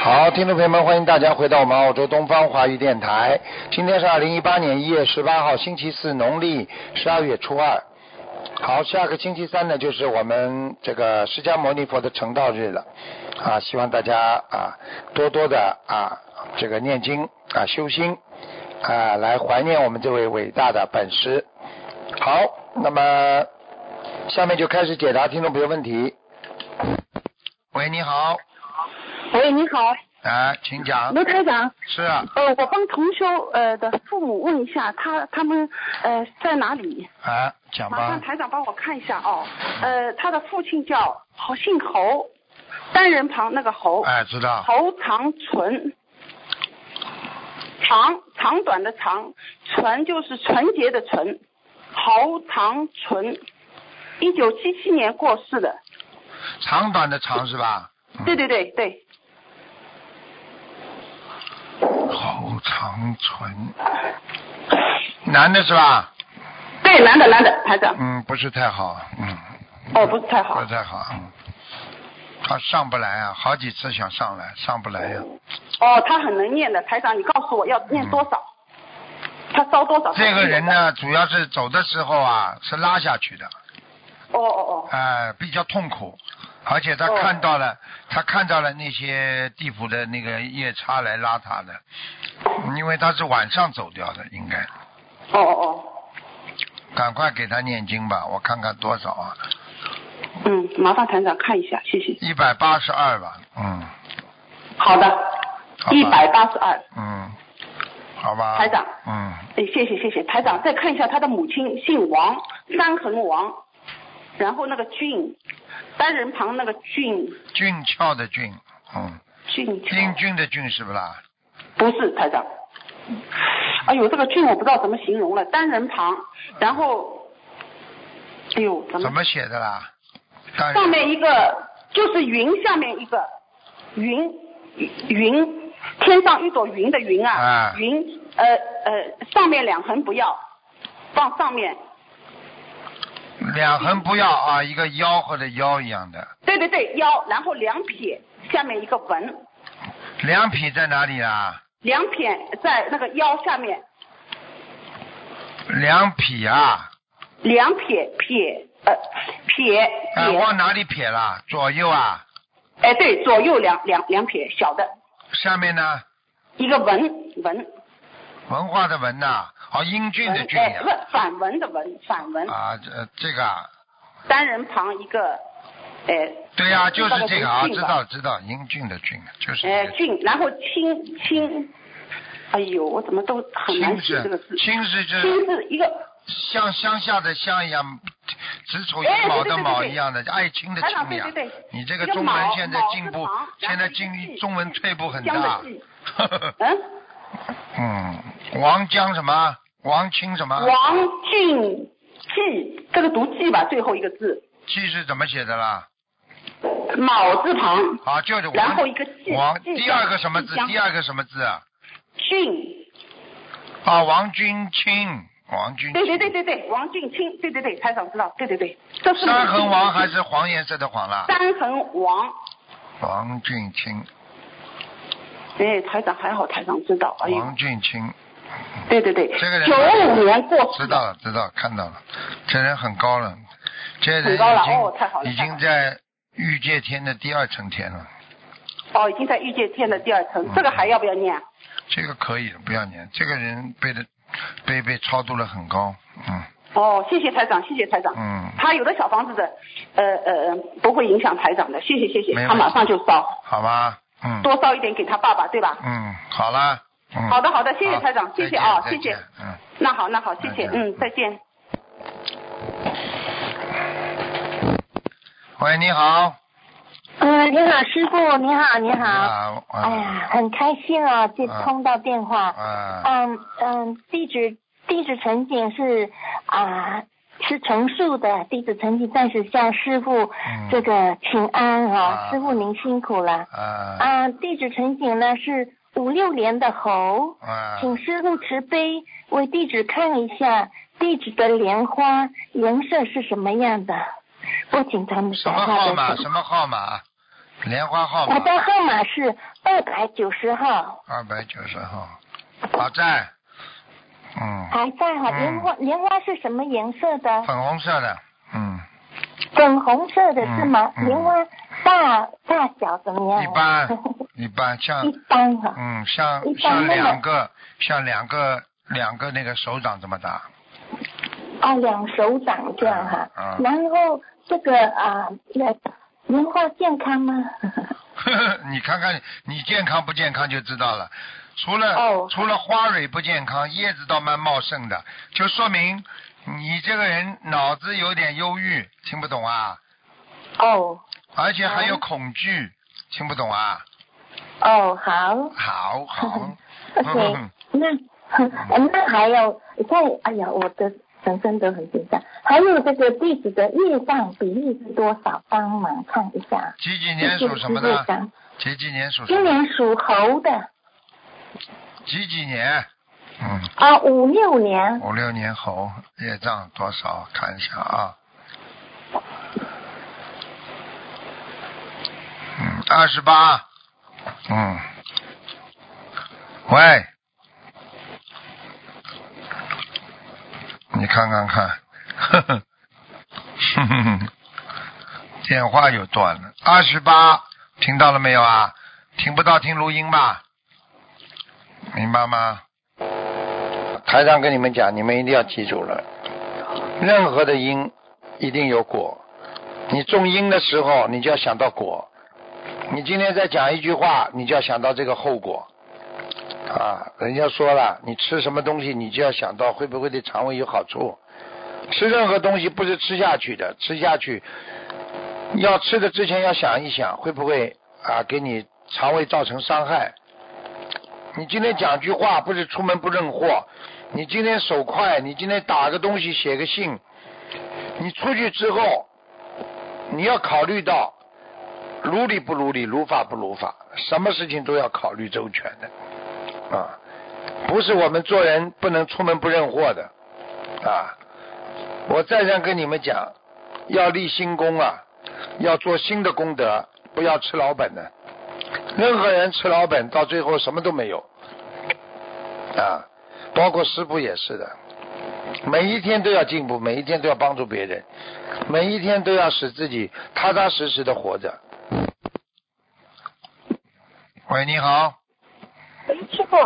好，听众朋友们，欢迎大家回到我们澳洲东方华语电台。今天是2018年1月18号，星期四，农历12月初2。好，下个星期三呢，就是我们这个释迦牟尼佛的成道日了啊！希望大家多多的这个念经修心来怀念我们这位伟大的本师。好，那么下面就开始解答听众朋友问题。喂，你好。 喂，你好。 请讲。 卢台长。 是啊。 我帮同修的父母问一下，他们在哪里？ 讲吧。 麻烦台长帮我看一下哦。他的父亲姓侯，单人旁那个侯。 知道。 侯长纯。长短的长，纯就是纯洁的纯。侯长纯，1977年过世的。 长短的长是吧？ 对。 侯长纯，男的是吧？ 对，男的，台长。 不是太好， 不是太好。 不是太好，他上不来好几次想上来，上不来他很能念的，台长，你告诉我要念多少？他烧多少？ 这个人呢，主要是走的时候是拉下去的。比较痛苦。而且他看到了，那些地府的那个夜叉来拉他的，因为他是晚上走掉的，应该。赶快给他念经吧，我看看多少麻烦台长看一下，谢谢。 182吧， 好的，182。 好吧。 台长。谢谢台长，再看一下他的母亲姓王，三横王，然后那个俊。单人旁那个俊俏的俊，英俊的俊是不啦？ 不是，台长。哎呦，这个俊我不知道怎么形容了，单人旁，然后，怎么写的啦？ 上面一个就是云，下面一个云，天上一朵云的云云，上面两横不要，放上面。 两横不要一个腰或者腰一样的。 对，腰，然后两撇，下面一个文。 两撇在哪里啊？ 两撇在那个腰下面。 两撇两撇。 往哪里撇了？左右对，左右两撇，小的。 下面呢？ 一个文。 文化的文呐。英俊的俊呀。 反文的文，反文。 这个单人旁一个， 对呀，就是这个知道，英俊的俊就是这个。 俊，然后青，哎呦，我怎么都很难写这个字。 青是一个像乡下的乡一样，子丑寅卯的卯一样的，爱卿的卿呀。 对。 你这个中文现在进步，现在中文退步很大。王江什么？王清什么？ 王俊季，这个读季吧，最后一个字。 季是怎么写的啦？ 卯字旁。 就是王。 然后一个季。 王第二个什么字？ 俊。 王君清。 对，王俊清，对，台长知道，对，这是。 三横王还是黄颜色的黄啦？ 三横王。 王俊清。 台长还好，台长知道。 王俊清。 对， 这个人 95年过世。 知道，看到了，这人很高了，这人很高了太好了， 已经在欲界天的第2层天了。 已经在欲界天的第2层，这个还要不要念？ 这个可以，不要念。这个人被超度了很高， 谢谢台长。他有的小房子的，不会影响台长的，谢谢，他马上就烧。 好吧， 多烧一点给他爸爸，对吧？ 好了。 好的，谢谢台长，谢谢谢谢。那好，谢谢，再见。 喂，你好。 你好，师傅，你好。 你好。 哎呀，很开心接通到电话。地址陈景是陈述的，地址陈景暂时向师傅这个请安师傅您辛苦了。地址陈景呢是56年的猴，请师傅慈悲为地址看一下地址的莲花颜色是什么样的。不请他们什么号码？ 莲花号码。 我的号码是290号。 290号，还在。 还在哈。莲花是什么颜色的？ 粉红色的。 粉红色的是吗？莲花大小怎么样？ 一般像。 一般哈。 像两个那个手掌这么大。 两手掌这样哈。然后这个莲花健康吗？ 你看看你健康不健康就知道了。除了花蕊不健康，叶子倒蛮茂盛的，就说明你这个人脑子有点忧郁，听不懂啊？而且还有恐惧，听不懂啊？好。 OK， 那还有哎呀，我的全身都很紧张。还有这个弟子的业障比例是多少？帮忙看一下。 几年属什么的？几年属什么？ 今年属猴的。 几年 ？56年。 56年猴，业障多少？看一下啊。28。喂。你看看，呵呵，电话又断了。28，听到了没有啊？听不到听录音吧，明白吗？台长跟你们讲，你们一定要记住了，任何的因一定有果，你种因的时候你就要想到果，你今天再讲一句话你就要想到这个后果人家说了，你吃什么东西你就要想到会不会对肠胃有好处，吃任何东西不是吃下去的，吃下去要吃的之前要想一想会不会给你肠胃造成伤害。你今天讲句话不是出门不认货，你今天手快，你今天打个东西写个信，你出去之后你要考虑到如理不如理，如法不如法，什么事情都要考虑周全的不是我们做人不能出门不认货的我再三跟你们讲，要立新功要做新的功德，不要吃老本的。任何人吃老本到最后什么都没有包括师父也是的，每一天都要进步，每一天都要帮助别人，每一天都要使自己踏踏实实的活着。喂，你好。 师傅。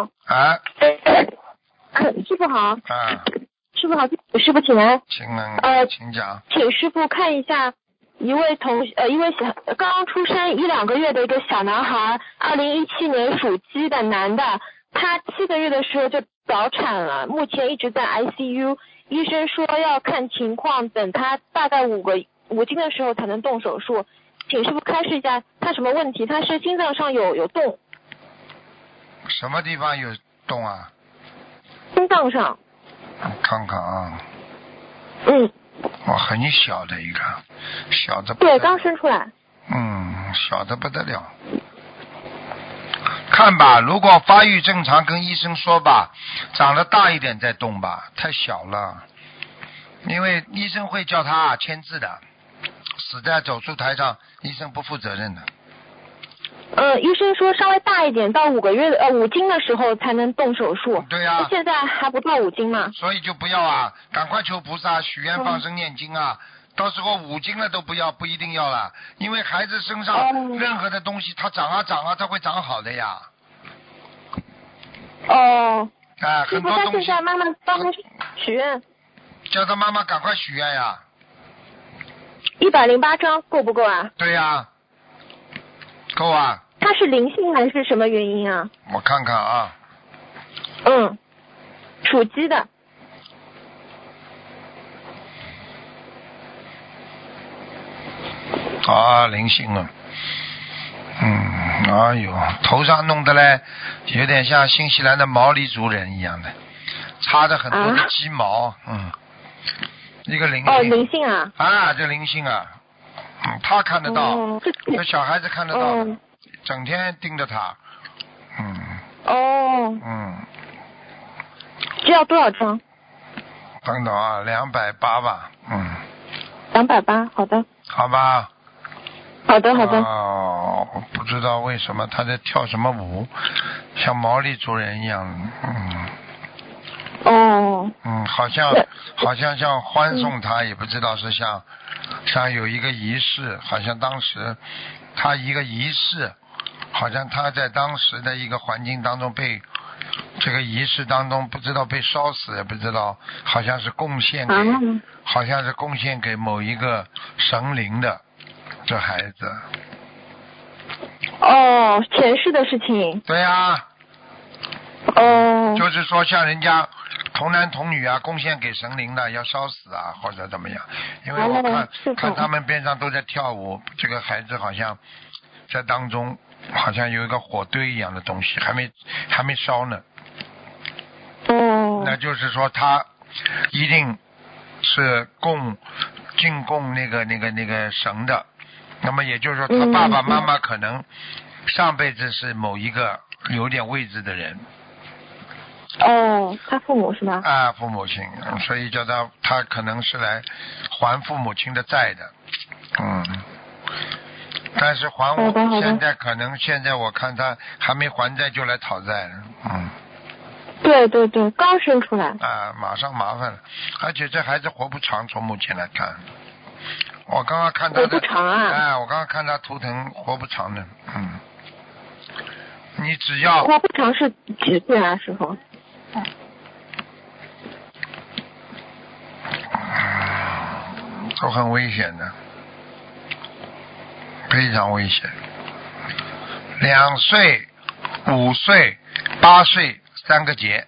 师傅好。师傅好，师傅请安。 请讲。 请师傅看一下一位刚出生1-2个月的一个小男孩，2017年属鸡的男的，他7个月的时候就早产了，目前一直在 ICU， 医生说要看情况，等他大概5斤的时候才能动手术，请师傅开示一下他什么问题？他是心脏上有洞。 什么地方有洞啊？ 心脏上。 看看哇，很小的一个，小的不得了。 对，刚生出来。 小的不得了。看吧，如果发育正常，跟医生说吧，长得大一点再动吧，太小了。因为医生会叫他签字的，死在手术台上，医生不负责任的。 医生说稍微大一点，到5斤的时候才能动手术。 对呀。 现在还不到5斤嘛。 所以就不要赶快求菩萨许愿放生念经到时候5斤了都不要，不一定要了，因为孩子身上任何的东西它长它会长好的呀。很多东西。 现在妈妈帮他许愿。 叫他妈妈赶快许愿呀。 108张够不够啊？ 对呀。够啊。 他是灵性还是什么原因啊？ 我看看属鸡的。 灵性了。哎呦，头上弄得嘞有点像新西兰的毛利族人一样的，插着很多的鸡毛。一个灵性。 灵性这灵性他看得到，这小孩子看得到的，整天盯着他。 这要多少张？ 等等280吧。 280，好的。 好吧。 好的。 不知道为什么他在跳什么舞，像毛利族人一样，好像像欢送他，也不知道是像有一个仪式，好像当时他一个仪式，好像他在当时的一个环境当中被这个仪式当中不知道被烧死，也不知道，好像是贡献给某一个神灵的这孩子。 前世的事情。 对啊。就是说像人家童男童女啊，贡献给神灵的要烧死啊，或者怎么样？因为我看他们边上都在跳舞，这个孩子好像在当中，好像有一个火堆一样的东西，还没烧呢。那就是说他一定是进贡那个神的，那么也就是说他爸爸妈妈可能上辈子是某一个有点位置的人。 他父母是吗？ 父母亲，所以叫他可能是来还父母亲的债的。但是现在我看他还没还债就来讨债了。 对，刚生出来。 马上麻烦了，而且这孩子活不长，从目前来看，我刚刚看他的活不长啊。 我刚刚看他图腾活不长的。你只要活不长是几岁啊，师傅？ 都很危险的，非常危险。2岁、5岁、8岁3个节。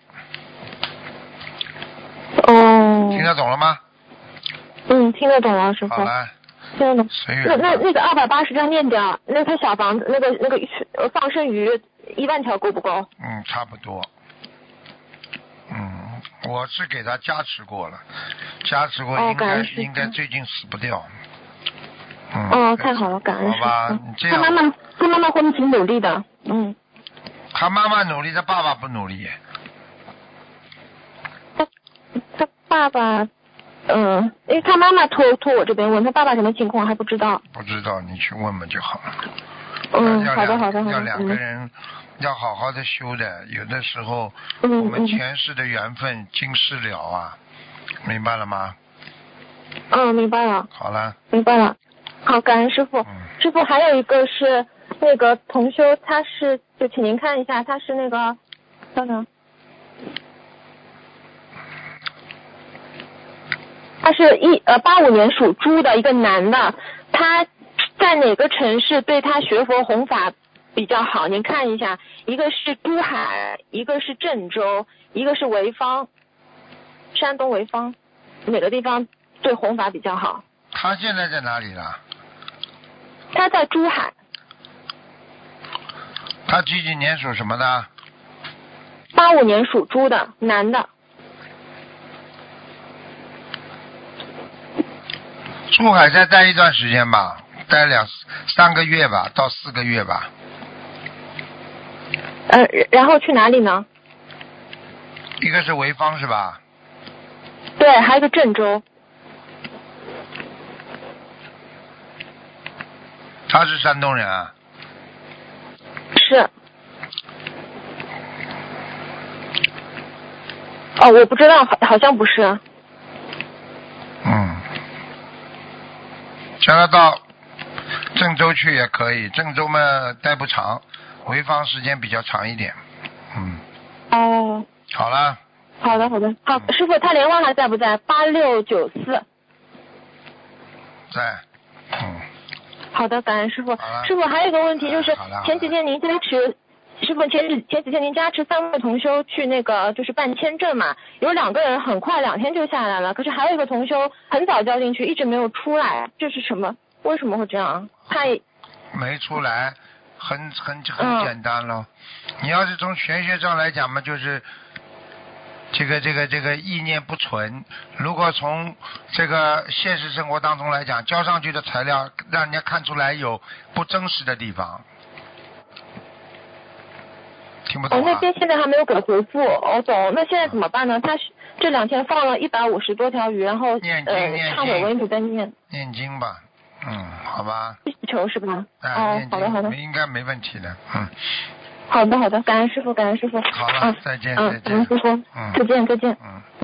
听得懂了吗？ 听得懂了，师傅。 好了。 听得懂。那个280张念掉，那他小房子那个放生鱼1万条够不够？ 差不多。我是给他加持过了，应该最近死不掉。 太好了，感恩师父。 好吧， 他妈妈会挺努力的。 他妈妈努力，他爸爸不努力。 他爸爸，因为他妈妈托我这边问，他爸爸什么情况还不知道。 不知道，你去问问就好了。 好的。 要2个人要好好的修的，有的时候我们前世的缘分今世了啊，明白了吗？ 明白了。 好了。 明白了。好，感恩师傅。师傅还有一个是那个同修，他是就请您看一下，他是那个等等。他是85年属猪的一个男的，他在哪个城市对他学佛弘法比较好？您看一下，一个是珠海，一个是郑州，一个是潍坊，山东潍坊，哪个地方对弘法比较好？ 他现在在哪里了？ 他在珠海。 他几年属什么的 ？85年属猪的男的。 珠海再待一段时间吧，待3个月吧，到4个月吧。 然后去哪里呢？ 一个是潍坊是吧？ 对，还有一个郑州。 他是山东人啊？ 是。我不知道，好像不是。 叫他到郑州去也可以，郑州嘛待不长，潍坊时间比较长一点。好了。 好的。好，师傅，他莲花还在不在？8694。 在。 好的，感恩师傅。师傅还有一个问题就是前几天您加持，师傅前几天您加持3位同修去那个就是办签证嘛，有2个人很快2天就下来了，可是还有一个同修很早交进去，一直没有出来，这是什么？为什么会这样？他没出来，很简单了。你要是从玄学上来讲嘛，就是这个意念不纯。如果从这个现实生活当中来讲，交上去的材料让人家看出来有不真实的地方。听不懂啊？ 那边现在还没有给回复，懂。那现在怎么办呢？他这2天放了150多条鱼，然后忏悔文一直在念。 念经吧，好吧。 求是吧？ 念经好的， 应该没问题的， 好的，感恩师傅。 好了，再见。 感恩师傅，再见。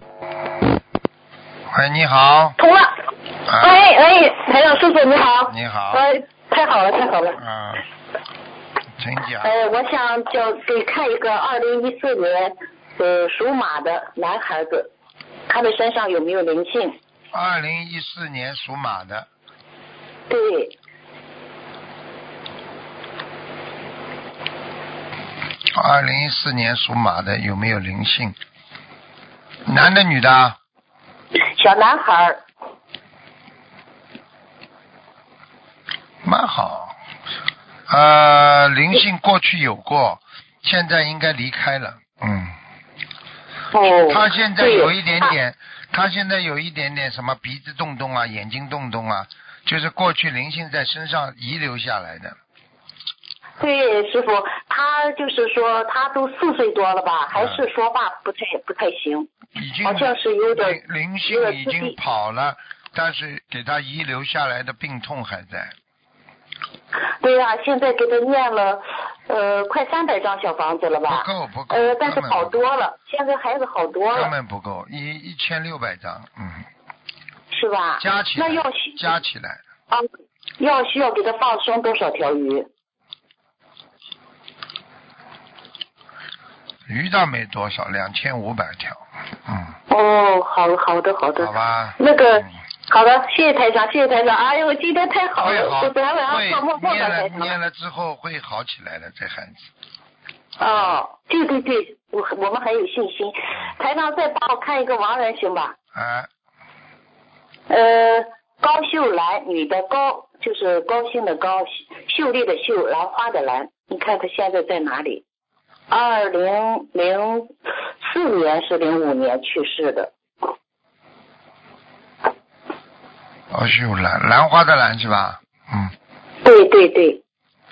喂，你好。 通了。喂，台长师傅你好。 你好。 太好了。 请讲。 我想给看一个2014年属马的男孩子，他的身上有没有灵性 ？2014年属马的。 对。 2014年属马的有没有灵性？男的女的？ 小男孩。 蛮好。灵性过去有过，现在应该离开了。他现在有一点点什么鼻子动动啊，眼睛动动啊，就是过去灵性在身上遗留下来的。 对，师傅，他就是说他都4岁多了吧，还是说话不太行，好像是有点灵性已经跑了，但是给他遗留下来的病痛还在。 对呀，现在给他念了快300张小房子了吧？ 不够。 但是好多了，现在孩子好多了。 根本不够，1600张， 是吧？ 加起来。 那加起来。 需要给他放生多少条鱼？ 鱼倒没多少，2500条。 好的。 好吧。 那个。好的，谢谢台长。哎呦，今天太好了，我昨天晚上做梦到台长。 念了之后会好起来的，这孩子。 对，我们很有信心。台长再帮我看一个亡人行吧？高秀兰，女的高，就是高兴的高，秀丽的秀，兰花的兰。你看她现在在哪里？2004年是05年去世的。 秀兰花的兰是吧？ 对。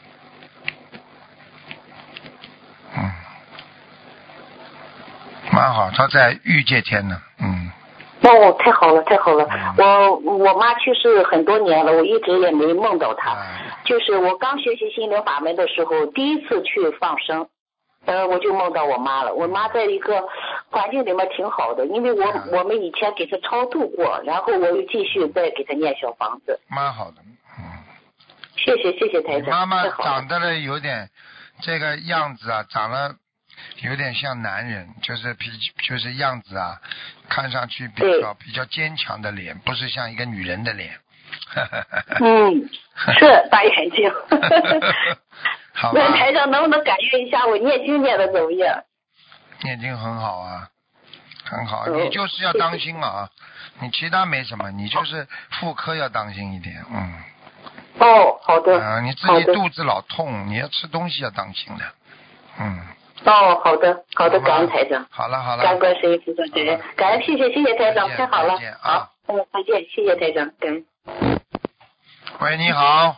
蛮好，他在御界天呢。 太好了。我妈去世很多年了，我一直也没梦到她。就是我刚学习心灵法门的时候，第一次去放生。我就梦到我妈了。我妈在一个环境里面挺好的，因为我们以前给她超度过，然后我又继续再给她念小房子。 蛮好的。 谢谢台长。 妈妈长得了有点这个样子啊，长得有点像男人，就是样子啊，看上去比较坚强的脸，不是像一个女人的脸。 是大眼睛。 好吧。 那台长能不能感觉一下我念经念的怎么样？ 念经很好啊，很好。你就是要当心啊，你其他没什么，你就是妇科要当心一点。 好的。 你自己肚子老痛，你要吃东西要当心的。 好的，感恩台长。 好了。 感恩观世音菩萨，感恩谢谢台长，太好了。 再见啊。 再见，谢谢台长，感恩。 喂，你好。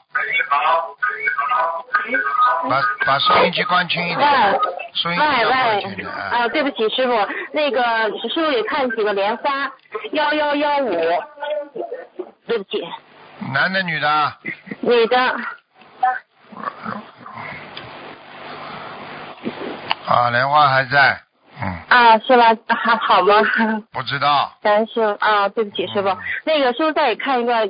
把收音机关轻一点。收音机要关轻一点。 对不起师傅，那个师傅也看几个莲花，1115。对不起。 男的女的？ 女的。 莲花还在。 是吧？还好吗？ 不知道。 感恩师傅对不起师傅。那个师傅再看一个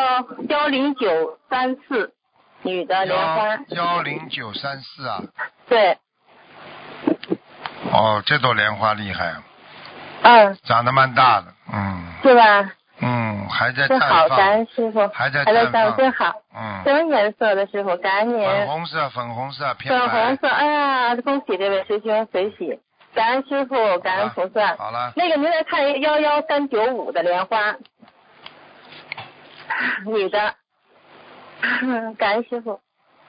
10934女的莲花。 10934啊。 对。 这朵莲花厉害。长得蛮大的。 是吧？ 还在绽放。 真好，感恩师傅。 还在绽放， 真好。什么颜色的师傅？感恩您。 粉红色偏白。 粉红色，哎呀，恭喜这位师兄随喜。感恩师傅，感恩菩萨。 好了。 那个您来看11395的莲花，女的。感恩师傅。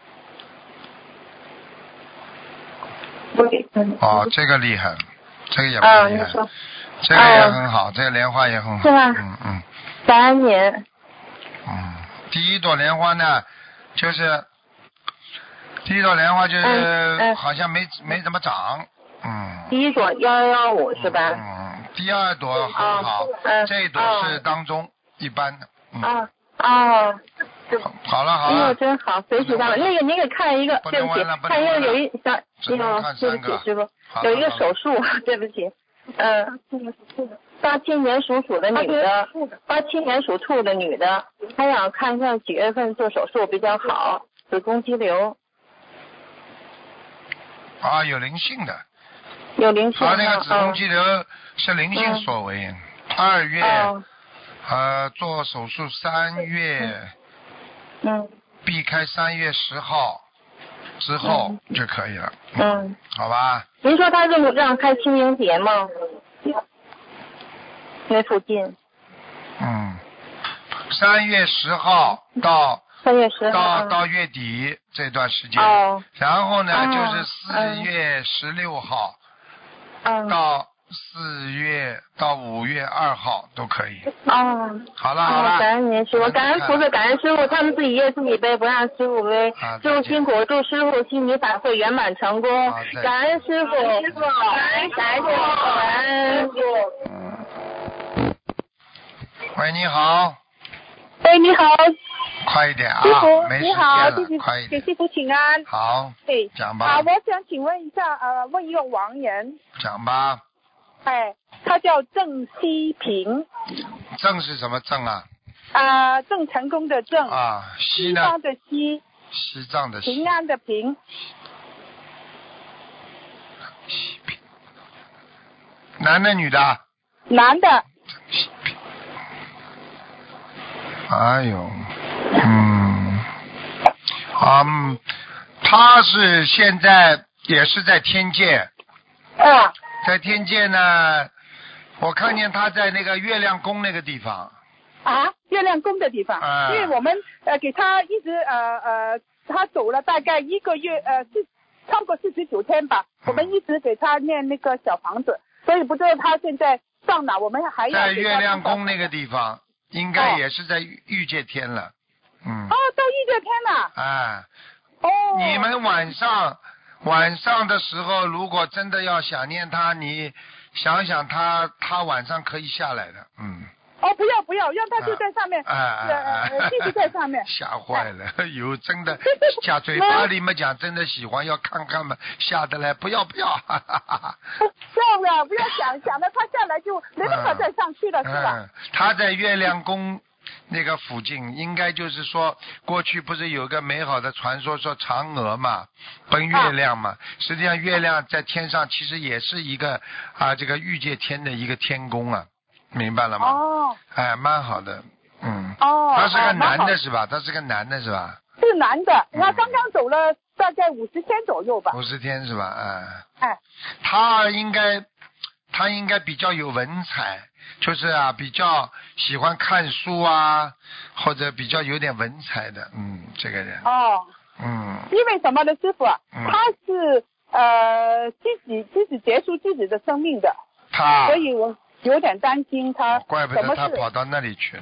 这个厉害，这个也不厉害。这个也很好，这个莲花也很好。 是吧？感恩您。 第一朵莲花呢，就是好像没怎么长。 第一朵115是吧？ 第二朵很好，这一朵是当中一般的。 好了， 哎呦，真好，随喜到了。那个您给看一个，对不起，看一个有一小，对不起，师傅，有一个手术，对不起，87年属鼠的女的，87年属兔的女的，她想看一下几月份做手术比较好，子宫肌瘤。 啊，有灵性的。 有灵性。 那个子宫肌瘤是灵性所为，2月做手术，3月避开3月10号之后就可以了。好吧。 您说他让开清明节吗？那附近。 3月10号到 3月10号到月底这段时间，然后呢就是4月16号到4月到5月2号都可以。好了。 感恩您师傅，感恩菩萨，感恩师傅，他们自己业自己背，不让师傅背。师傅辛苦，祝师傅心理法会圆满成功。感恩师傅，感恩师傅，感恩师傅。 喂，你好。 喂，你好。 快一点啊！ 师傅， 没你好， 时间了，快一点。 给师傅请安。 好。 对， 讲吧。 我想请问一下，问一个亡人。 讲吧。 他叫郑西平。 郑是什么郑啊？ 郑成功的郑。 西呢？ 西方的西。 西藏的西。 平安的平。 西平。男的女的？ 男的。 西平。哎呦，他是现在也是在天界。在天界呢，我看见他在那个月亮宫那个地方。 月亮宫的地方。因为我们给他一直他走了大概1个月超过49天吧，我们一直给他念那个小房子，所以不知道他现在上哪，我们还要在月亮宫那个地方。应该也是在御界天了。 到御界天了。 你们晚上的时候，如果真的要想念他，你想想他晚上可以下来的。 不要，让他就在上面，继续在上面。 吓坏了，有真的假嘴巴里面讲真的喜欢，要看看嘛，下得来不要。这样了，不要想了，他下来就没办法再上去了，是吧？ 他在月亮宫那个附近，应该就是说，过去不是有个美好的传说，说嫦娥嘛，奔月亮嘛，实际上月亮在天上其实也是一个这个御界天的一个天宫啊。明白了吗？蛮好的。他是个男的是吧？他是个男的是吧？ 是男的，他刚刚走了大概50天左右吧。 50天是吧？他应该比较有文采，就是比较喜欢看书或者比较有点文采的，这个人。 因为什么呢，师傅？他是自己结束自己的生命的。所以我有点担心他。 怪不得他跑到那里去了。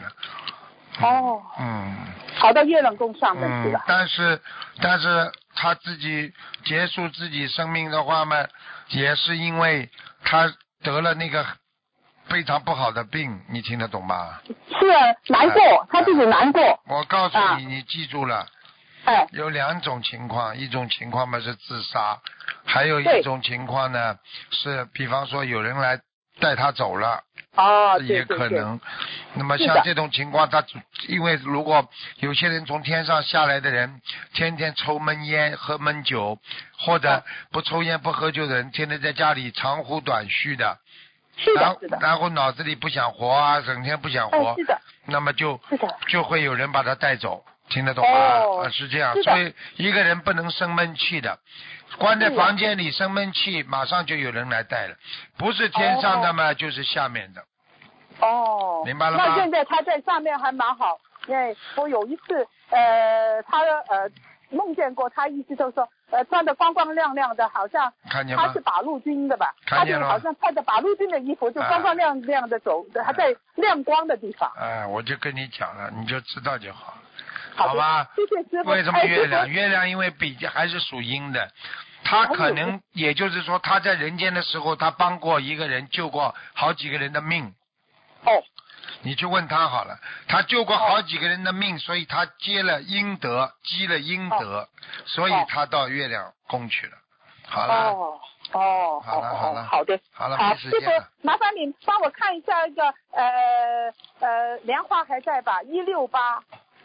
跑到月亮宫上面去了。 但是他自己结束自己生命的话嘛，也是因为他得了那个非常不好的病，你听得懂吗？ 是难过，他自己难过。 我告诉你，你记住了。有2种情况，一种情况嘛是自杀，还有一种情况呢是，比方说有人来带他走了。也可能。那么像这种情况，他因为如果有些人从天上下来的人，天天抽闷烟喝闷酒，或者不抽烟不喝酒的人，天天在家里长呼短吁的，然后脑子里不想活整天不想活，那么就会有人把他带走，听得懂吗？是这样。所以一个人不能生闷气的，关在房间里生闷气，马上就有人来带了，不是天上的嘛，就是下面的。明白了吗？ 那现在他在上面还蛮好，因为我有一次他梦见过，他意思就是说穿的光光亮亮的，好像他是八路军的吧，他就好像穿着八路军的衣服，就光光亮亮的走，还在亮光的地方。 我就跟你讲了，你就知道就好， 好吧？ 谢谢师傅。 为什么月亮？月亮因为还是属阴的，他可能也就是说他在人间的时候，他帮过一个人，救过好几个人的命。 你去问他好了，他救过好几个人的命，所以他积了阴德，所以他到月亮宫去了。好了。好了， 好的， 好了，没时间了。 麻烦你帮我看一下一个莲花还在吧？168。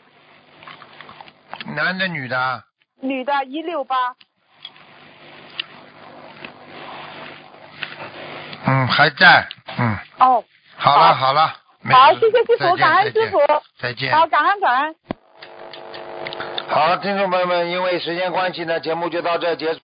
男的女的？ 女的168。 还在。好了。 好，谢谢师傅，感恩师傅。 再见。 好，感恩。 好，听众朋友们，因为时间关系呢，节目就到这结束。